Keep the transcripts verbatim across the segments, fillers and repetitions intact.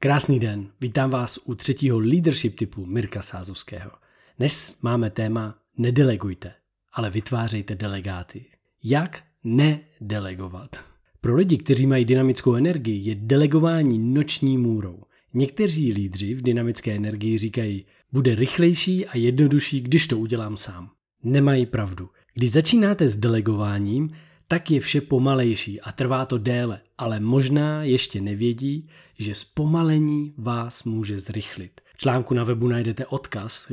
Krásný den, vítám vás u třetího leadership tipu Mirka Sázovského. Dnes máme téma nedelegujte, ale vytvářejte delegáty. Jak nedelegovat? Pro lidi, kteří mají dynamickou energii, je delegování noční můrou. Někteří lídři v dynamické energii říkají, bude rychlejší a jednodušší, když to udělám sám. Nemají pravdu. Když začínáte s delegováním, tak je vše pomalejší a trvá to déle, ale možná ještě nevědí, že zpomalení vás může zrychlit. V článku na webu najdete odkaz,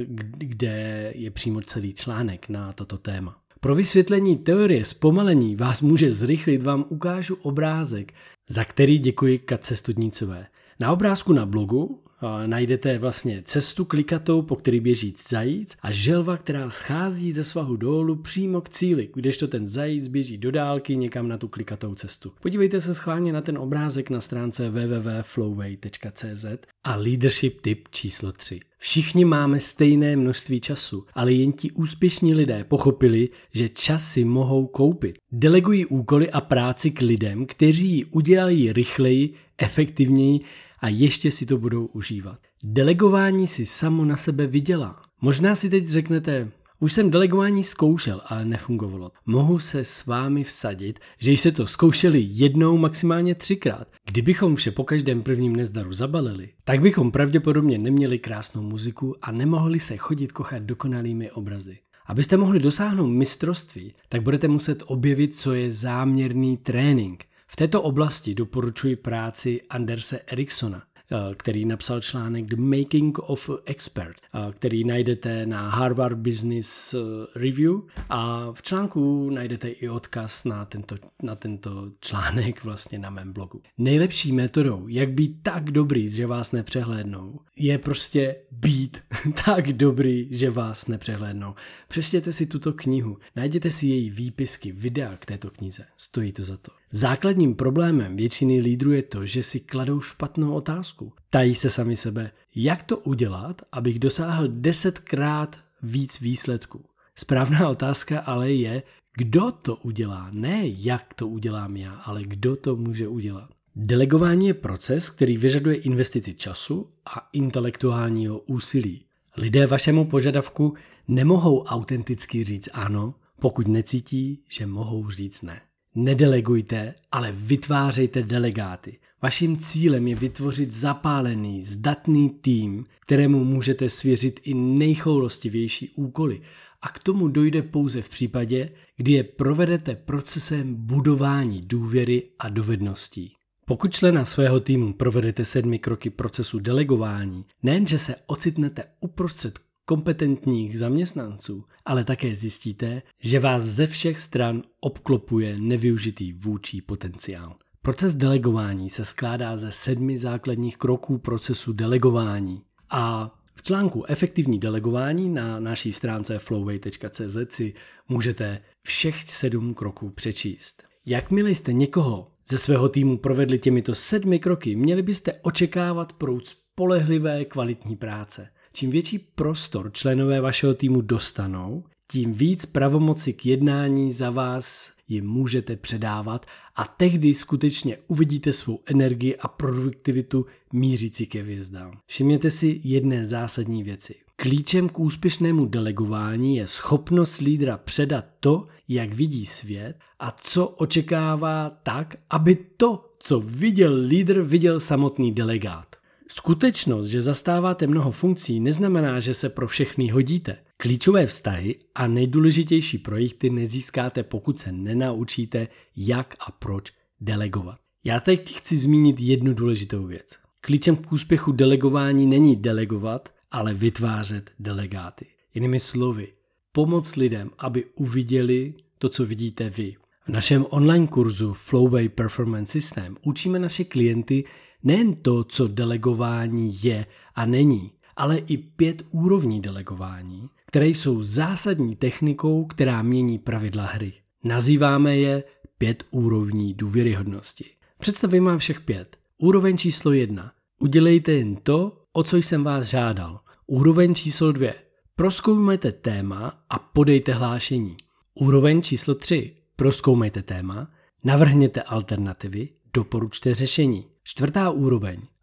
kde je přímo celý článek na toto téma. Pro vysvětlení teorie zpomalení vás může zrychlit, vám ukážu obrázek, za který děkuji Katce Studnicové. Na obrázku na blogu najdete vlastně cestu klikatou, po který běží zajíc a želva, která schází ze svahu dolů přímo k cíli, kdežto ten zajíc běží do dálky někam na tu klikatou cestu. Podívejte se schválně na ten obrázek na stránce w w w tečka flowway tečka c z a leadership tip číslo tři. Všichni máme stejné množství času, ale jen ti úspěšní lidé pochopili, že čas si mohou koupit. Delegují úkoly a práci k lidem, kteří ji udělají rychleji, efektivněji a ještě si to budou užívat. Delegování si samo na sebe vydělá. Možná si teď řeknete, už jsem delegování zkoušel, ale nefungovalo. Mohu se s vámi vsadit, že jste to zkoušeli jednou, maximálně třikrát. Kdybychom vše po každém prvním nezdaru zabalili, tak bychom pravděpodobně neměli krásnou muziku a nemohli se chodit kochat dokonalými obrazy. Abyste mohli dosáhnout mistrovství, tak budete muset objevit, co je záměrný trénink. V této oblasti doporučuji práci Anderse Ericssona, který napsal článek The Making of Expert, který najdete na Harvard Business Review a v článku najdete i odkaz na tento, na tento článek vlastně na mém blogu. Nejlepší metodou, jak být tak dobrý, že vás nepřehlédnou, je prostě být tak dobrý, že vás nepřehlédnou. Přečtěte si tuto knihu, najděte si její výpisky, videa k této knize, stojí to za to. Základním problémem většiny lídrů je to, že si kladou špatnou otázku. Tají se sami sebe, jak to udělat, abych dosáhl desetkrát víc výsledků. Správná otázka ale je, kdo to udělá, ne jak to udělám já, ale kdo to může udělat. Delegování je proces, který vyžaduje investici času a intelektuálního úsilí. Lidé vašemu požadavku nemohou autenticky říct ano, pokud necítí, že mohou říct ne. Nedelegujte, ale vytvářejte delegáty. Vaším cílem je vytvořit zapálený, zdatný tým, kterému můžete svěřit i nejchoulostivější úkoly. A k tomu dojde pouze v případě, kdy je provedete procesem budování důvěry a dovedností. Pokud člena svého týmu provedete sedmi kroky procesu delegování, nejenže se ocitnete uprostřed kompetentních zaměstnanců, ale také zjistíte, že vás ze všech stran obklopuje nevyužitý vůdčí potenciál. Proces delegování se skládá ze sedmi základních kroků procesu delegování a v článku Efektivní delegování na naší stránce flowway tečka c z si můžete všech sedm kroků přečíst. Jakmile jste někoho ze svého týmu provedli těmito sedmi kroky, měli byste očekávat proud spolehlivé kvalitní práce. Čím větší prostor členové vašeho týmu dostanou, tím víc pravomoci k jednání za vás jim můžete předávat a tehdy skutečně uvidíte svou energii a produktivitu mířící ke hvězdám. Všimněte si jedné zásadní věci. Klíčem k úspěšnému delegování je schopnost lídra předat to, jak vidí svět a co očekává tak, aby to, co viděl lídr, viděl samotný delegát. Skutečnost, že zastáváte mnoho funkcí, neznamená, že se pro všechny hodíte. Klíčové vztahy a nejdůležitější projekty nezískáte, pokud se nenaučíte, jak a proč delegovat. Já teď chci zmínit jednu důležitou věc. Klíčem k úspěchu delegování není delegovat, ale vytvářet delegáty. Jinými slovy, pomoct lidem, aby uviděli to, co vidíte vy. V našem online kurzu Flowway Performance System učíme naše klienty nejen to, co delegování je a není, ale i pět úrovní delegování, které jsou zásadní technikou, která mění pravidla hry. Nazýváme je pět úrovní důvěryhodnosti. Představím vám všech pět. Úroveň číslo jedna. Udělejte jen to, o co jsem vás žádal. Úroveň číslo dvě. Prozkoumejte téma a podejte hlášení. Úroveň číslo tři. Prozkoumejte téma, navrhněte alternativy, doporučte řešení. Čtvrtá úroveň.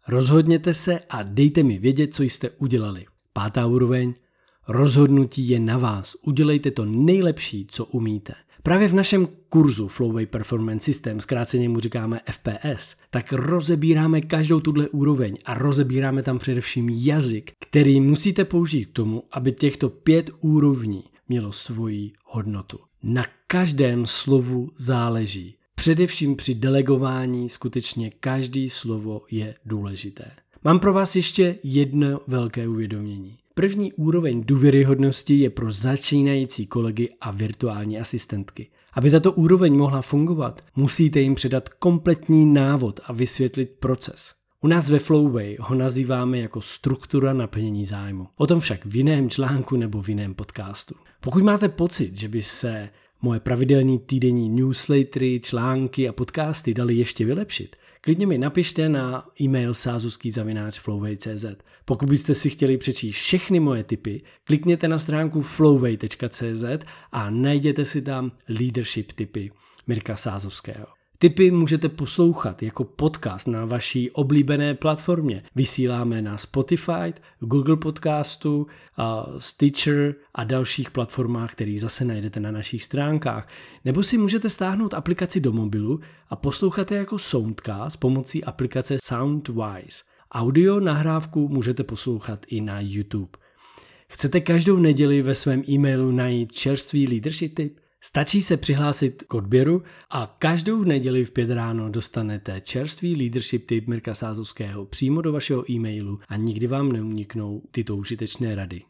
Rozhodněte se a dejte mi vědět, co jste udělali. Pátá úroveň. Rozhodnutí je na vás. Udělejte to nejlepší, co umíte. Právě v našem kurzu Flowway Performance System, zkráceně mu říkáme F P S, tak rozebíráme každou tuhle úroveň a rozebíráme tam především jazyk, který musíte použít k tomu, aby těchto pět úrovní mělo svoji hodnotu. Na každém slovu záleží. Především při delegování skutečně každý slovo je důležité. Mám pro vás ještě jedno velké uvědomění. První úroveň důvěryhodnosti je pro začínající kolegy a virtuální asistentky. Aby tato úroveň mohla fungovat, musíte jim předat kompletní návod a vysvětlit proces. U nás ve Flowway ho nazýváme jako struktura naplnění zájmu. O tom však v jiném článku nebo v jiném podcastu. Pokud máte pocit, že by se moje pravidelní týdenní newslettery, články a podcasty daly ještě vylepšit, klidně mi napište na e-mail sázovský zavináč flowway tečka cz. Pokud byste si chtěli přečíst všechny moje tipy, klikněte na stránku flowway tečka cz a najděte si tam leadership tipy Mirka Sázovského. Tipy můžete poslouchat jako podcast na vaší oblíbené platformě. Vysíláme na Spotify, Google Podcastu, Stitcher a dalších platformách, které zase najdete na našich stránkách. Nebo si můžete stáhnout aplikaci do mobilu a poslouchat je jako soundcast pomocí aplikace Soundwise. Audio nahrávku můžete poslouchat i na YouTube. Chcete každou neděli ve svém e-mailu najít čerstvý leadership tip? Stačí se přihlásit k odběru a každou neděli v pět ráno dostanete čerstvý leadership tip Mirka Sázovského přímo do vašeho e-mailu a nikdy vám neuniknou tyto užitečné rady.